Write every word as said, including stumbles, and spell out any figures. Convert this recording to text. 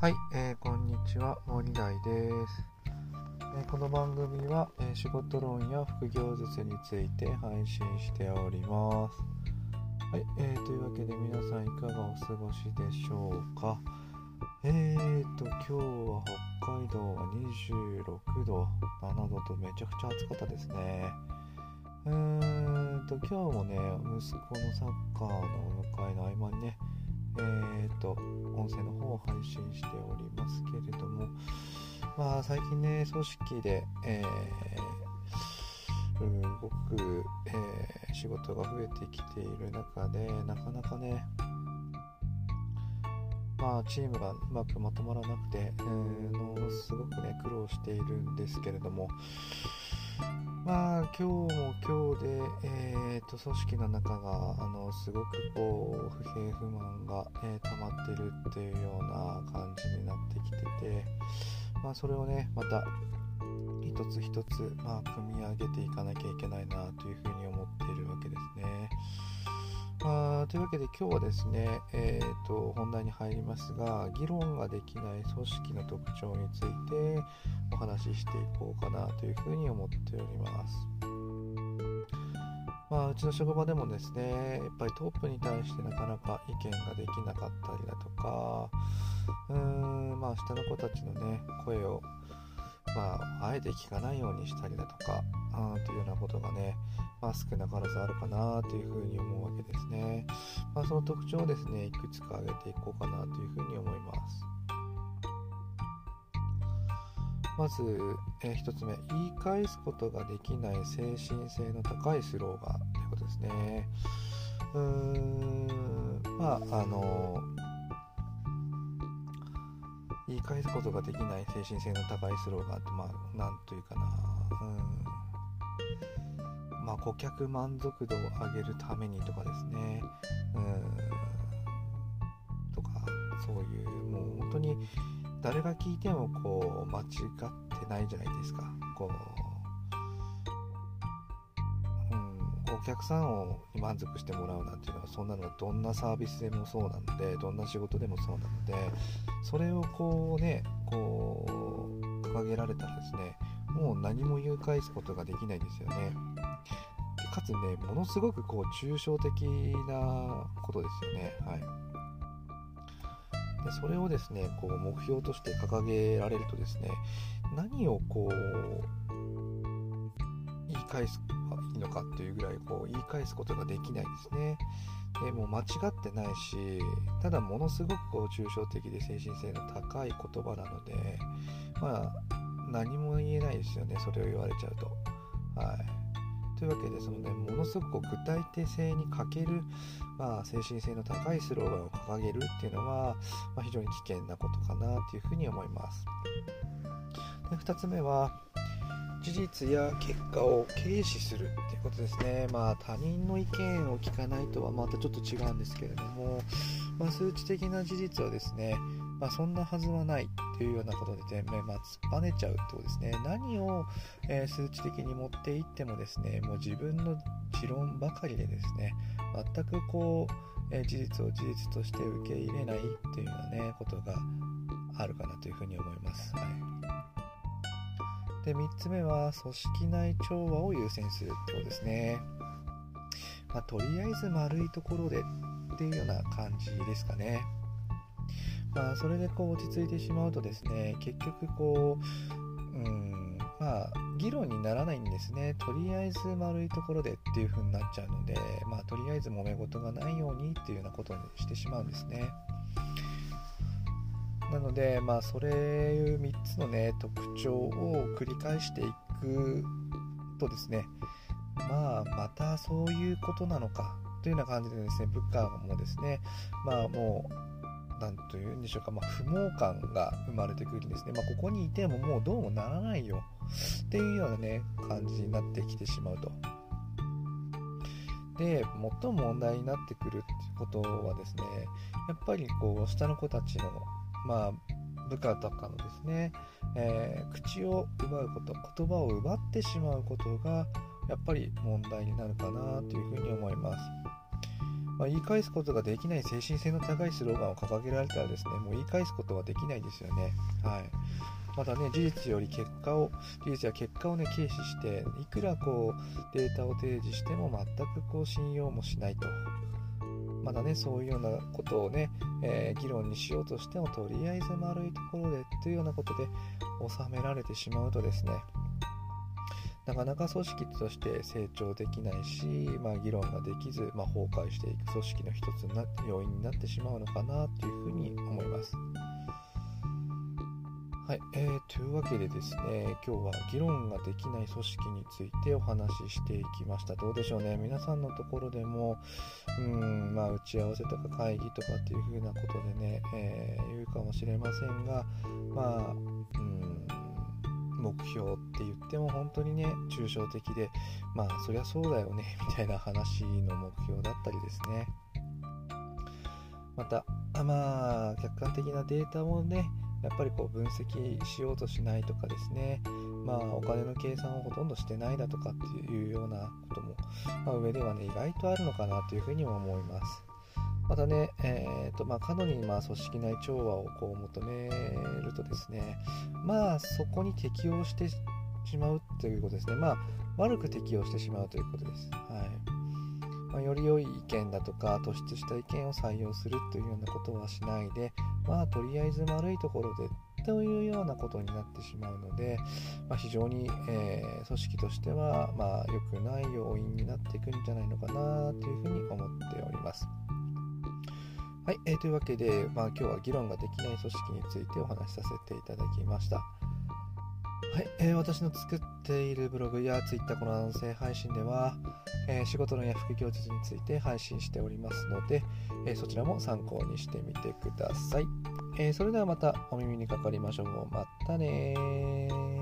はい、えー、こんにちは、森大です。えー、この番組は、えー、仕事論や副業術について配信しております。はい、えー、というわけで皆さんいかがお過ごしでしょうか。えーと、今日は北海道はにじゅうろくど、ななどとめちゃくちゃ暑かったですね。うーんと、今日もね、息子のサッカーのお迎えの合間にね、えーと、音声の方を配信しておりますけれども、まあ最近ね、組織で、えー、すごく、えー、仕事が増えてきている中で、なかなかね、まあチームがうまくまとまらなくて、えー、のすごくね苦労しているんですけれども、まあ今日も今日で、えー、と組織の中があのすごくこう不平不満が、えー、溜まってるっていうような感じになってきてて、まあそれをねまた一つ一つ、まあ、組み上げていかなきゃいけないなというふうに思っているわけですね。まあ、というわけで今日はですね、えー、と本題に入りますが、議論ができない組織の特徴についてお話ししていこうかなというふうに思っております。まあ、うちの職場でもですね、やっぱりトップに対してなかなか意見ができなかったりだとか、うーん、まあ下の子たちのね声をまあ、あえて聞かないようにしたりだとかあというようなことがね、まあ、少なからずあるかなというふうに思うわけですね。まあ、その特徴をですねいくつか挙げていこうかなというふうに思います。まず、えー、ひとつめ、言い返すことができない精神性の高いスローガンということですね。うーんまああの言い返すことができない精神性の高いスローガンって、まあ、なんというかな、うん、まあ、顧客満足度を上げるためにとかですね、うん、とか、そういう、もう本当に誰が聞いてもこう間違ってないじゃないですか。こう、うん、お客さんを満足してもらうなんていうのは、そんなのはどんなサービスでもそうなので、どんな仕事でもそうなので、それをこうねこう掲げられたらですね、もう何も言い返すことができないですよね。でかつね、ものすごくこう抽象的なことですよね。はい。でそれをですねこう目標として掲げられるとですね、何をこう言い返すいいのかっていうぐらいこう言い返すことができないですね。でもう間違ってないし、ただものすごくこう抽象的で精神性の高い言葉なので、まあ何も言えないですよね、それを言われちゃうと。はい。というわけで、そのね、ものすごく具体的性に欠ける、まあ、精神性の高いスローガンを掲げるっていうのは、まあ、非常に危険なことかなというふうに思います。で、ふたつめは、事実や結果を軽視するっていうことですね。まあ他人の意見を聞かないとはまたちょっと違うんですけれども、まあ、数値的な事実はですね、まあ、そんなはずはないっていうようなことで、ね、まあ、突っぱねちゃうってことですね。何を、えー、数値的に持っていってもですね、もう自分の持論ばかりでですね、全くこう、えー、事実を事実として受け入れないっていうようなねことがあるかなというふうに思います。はい。でみっつめは組織内調和を優先するってことですね。まあ、とりあえず丸いところでっていうような感じですかね。まあ、それでこう落ち着いてしまうとですね、結局こう、うん、まあ議論にならないんですね。とりあえず丸いところでっていう風になっちゃうので、まあとりあえず揉め事がないようにっていうようなことにしてしまうんですね。なので、まあ、それいうみっつのね特徴を繰り返していくとですね、まあまたそういうことなのかというような感じでですね、部下もですね、まあもうなんというんでしょうか、まあ、不毛感が生まれてくるんですね。まあ、ここにいてももうどうもならないよっていうようなね感じになってきてしまうと。で、最も問題になってくるっていうことはですね、やっぱりこう下の子たちのまあ部下とかのですね、えー、口を奪うこと、言葉を奪ってしまうことがやっぱり問題になるかなというふうに思います。 まあ、言い返すことができない精神性の高いスローガンを掲げられたらですね、もう言い返すことはできないですよね。はい。またね、事実より結果を、事実や結果をね、軽視して、いくらこう、データを提示しても全くこう、信用もしないと。まだね、そういうようなことをね、えー、議論にしようとしても、とりあえず丸いところでというようなことで収められてしまうとですね、なかなか組織として成長できないし、まあ、議論ができず、まあ、崩壊していく組織の一つになって要因になってしまうのかなというふうに思います。はい、えー、というわけでですね、今日は議論ができない組織についてお話ししていきました。どうでしょうね、皆さんのところでもうーん、まあ、打ち合わせとか会議とかっていうふうなことでね、えー、言うかもしれませんが、まあ、うーん目標って言っても本当にね、抽象的で、まあそりゃそうだよねみたいな話の目標だったりですね。またまあ客観的なデータもね、やっぱりこう分析しようとしないとかですね、まあお金の計算をほとんどしてないだとかっていうようなことも、まあ、上ではね意外とあるのかなというふうにも思います。またね、えーとまあ、過度にまあ組織内調和をこう求めるとですね、まあそこに適応してしまうということですね。まあ悪く適応してしまうということです。はい。まあ、より良い意見だとか突出した意見を採用するというようなことはしないで、まあとりあえず悪いところでというようなことになってしまうので、まあ、非常に、えー、組織としてはまあ良くない要因になっていくんじゃないのかなというふうに思っております。はい、えー、というわけで、まあ、今日は議論ができない組織についてお話しさせていただきました。はい、えー、私の作っているブログやツイッター、この音声配信では、えー、仕事論や副業術について配信しておりますので、えー、そちらも参考にしてみてください。えー、それではまたお耳にかかりましょう。またねー。